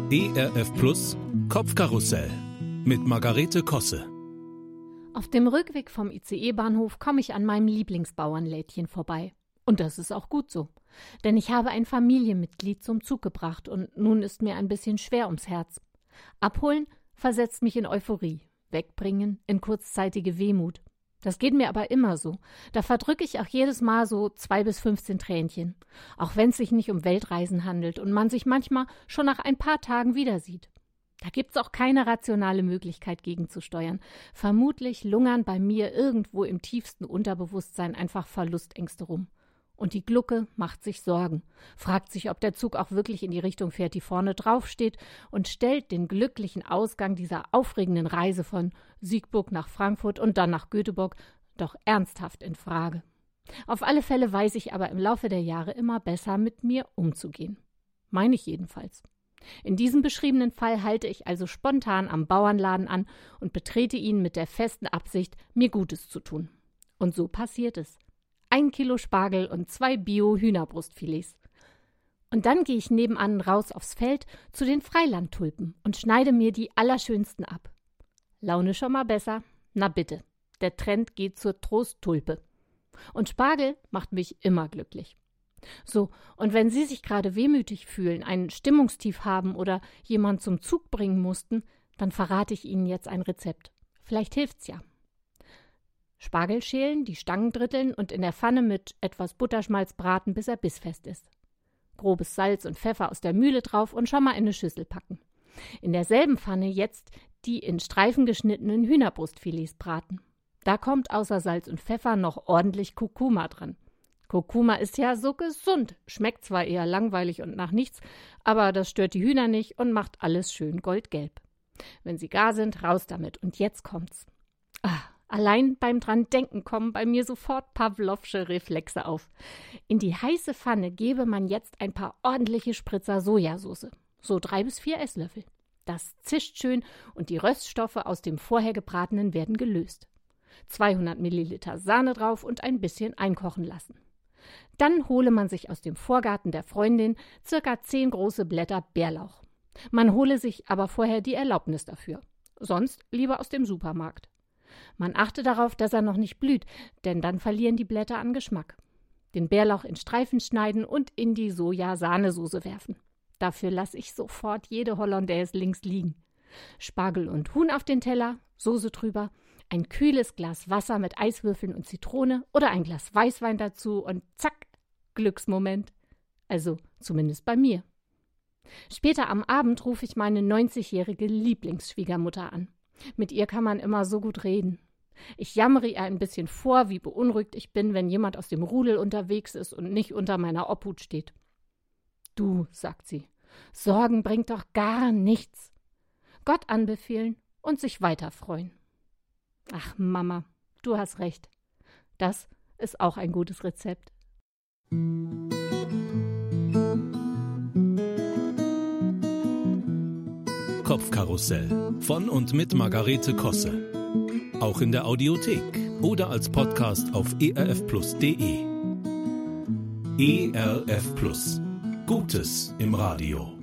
ERF Plus Kopfkarussell mit Margarete Kosse. Auf dem Rückweg vom ICE-Bahnhof komme ich an meinem Lieblingsbauernlädchen vorbei. Und das ist auch gut so. Denn ich habe ein Familienmitglied zum Zug gebracht und nun ist mir ein bisschen schwer ums Herz. Abholen versetzt mich in Euphorie, wegbringen in kurzzeitige Wehmut. Das geht mir aber immer so. Da verdrücke ich auch jedes Mal so 2 bis 15 Tränchen. Auch wenn es sich nicht um Weltreisen handelt und man sich manchmal schon nach ein paar Tagen wieder sieht. Da gibt's auch keine rationale Möglichkeit gegenzusteuern. Vermutlich lungern bei mir irgendwo im tiefsten Unterbewusstsein einfach Verlustängste rum. Und die Glucke macht sich Sorgen, fragt sich, ob der Zug auch wirklich in die Richtung fährt, die vorne drauf steht, und stellt den glücklichen Ausgang dieser aufregenden Reise von Siegburg nach Frankfurt und dann nach Göteborg doch ernsthaft in Frage. Auf alle Fälle weiß ich aber im Laufe der Jahre immer besser, mit mir umzugehen. Meine ich jedenfalls. In diesem beschriebenen Fall halte ich also spontan am Bauernladen an und betrete ihn mit der festen Absicht, mir Gutes zu tun. Und so passiert es. 1 Kilo Spargel und 2 Bio-Hühnerbrustfilets. Und dann gehe ich nebenan raus aufs Feld zu den Freilandtulpen und schneide mir die allerschönsten ab. Laune schon mal besser? Na bitte, der Trend geht zur Trosttulpe. Und Spargel macht mich immer glücklich. So, und wenn Sie sich gerade wehmütig fühlen, ein Stimmungstief haben oder jemand zum Zug bringen mussten, dann verrate ich Ihnen jetzt ein Rezept. Vielleicht hilft's ja. Spargel schälen, die Stangen dritteln und in der Pfanne mit etwas Butterschmalz braten, bis er bissfest ist. Grobes Salz und Pfeffer aus der Mühle drauf und schon mal in eine Schüssel packen. In derselben Pfanne jetzt die in Streifen geschnittenen Hühnerbrustfilets braten. Da kommt außer Salz und Pfeffer noch ordentlich Kurkuma dran. Kurkuma ist ja so gesund, schmeckt zwar eher langweilig und nach nichts, aber das stört die Hühner nicht und macht alles schön goldgelb. Wenn sie gar sind, raus damit. Und jetzt kommt's. Allein beim dran denken kommen bei mir sofort Pawlowsche Reflexe auf. In die heiße Pfanne gebe man jetzt ein paar ordentliche Spritzer Sojasauce, so 3 bis 4 Esslöffel. Das zischt schön und die Röststoffe aus dem vorher gebratenen werden gelöst. 200 Milliliter Sahne drauf und ein bisschen einkochen lassen. Dann hole man sich aus dem Vorgarten der Freundin ca. 10 große Blätter Bärlauch. Man hole sich aber vorher die Erlaubnis dafür. Sonst lieber aus dem Supermarkt. Man achte darauf, dass er noch nicht blüht, denn dann verlieren die Blätter an Geschmack. Den Bärlauch in Streifen schneiden und in die Soja-Sahnesoße werfen. Dafür lasse ich sofort jede Hollandaise links liegen. Spargel und Huhn auf den Teller, Soße drüber, ein kühles Glas Wasser mit Eiswürfeln und Zitrone oder ein Glas Weißwein dazu und zack, Glücksmoment. Also zumindest bei mir. Später am Abend rufe ich meine 90-jährige Lieblingsschwiegermutter an. Mit ihr kann man immer so gut reden. Ich jammere ihr ein bisschen vor, wie beunruhigt ich bin, wenn jemand aus dem Rudel unterwegs ist und nicht unter meiner Obhut steht. Du, sagt sie, Sorgen bringt doch gar nichts. Gott anbefehlen und sich weiter freuen. Ach, Mama, du hast recht. Das ist auch ein gutes Rezept. Kopfkarussell von und mit Margarete Kosse. Auch in der Audiothek oder als Podcast auf erfplus.de. ERF Plus. Gutes im Radio.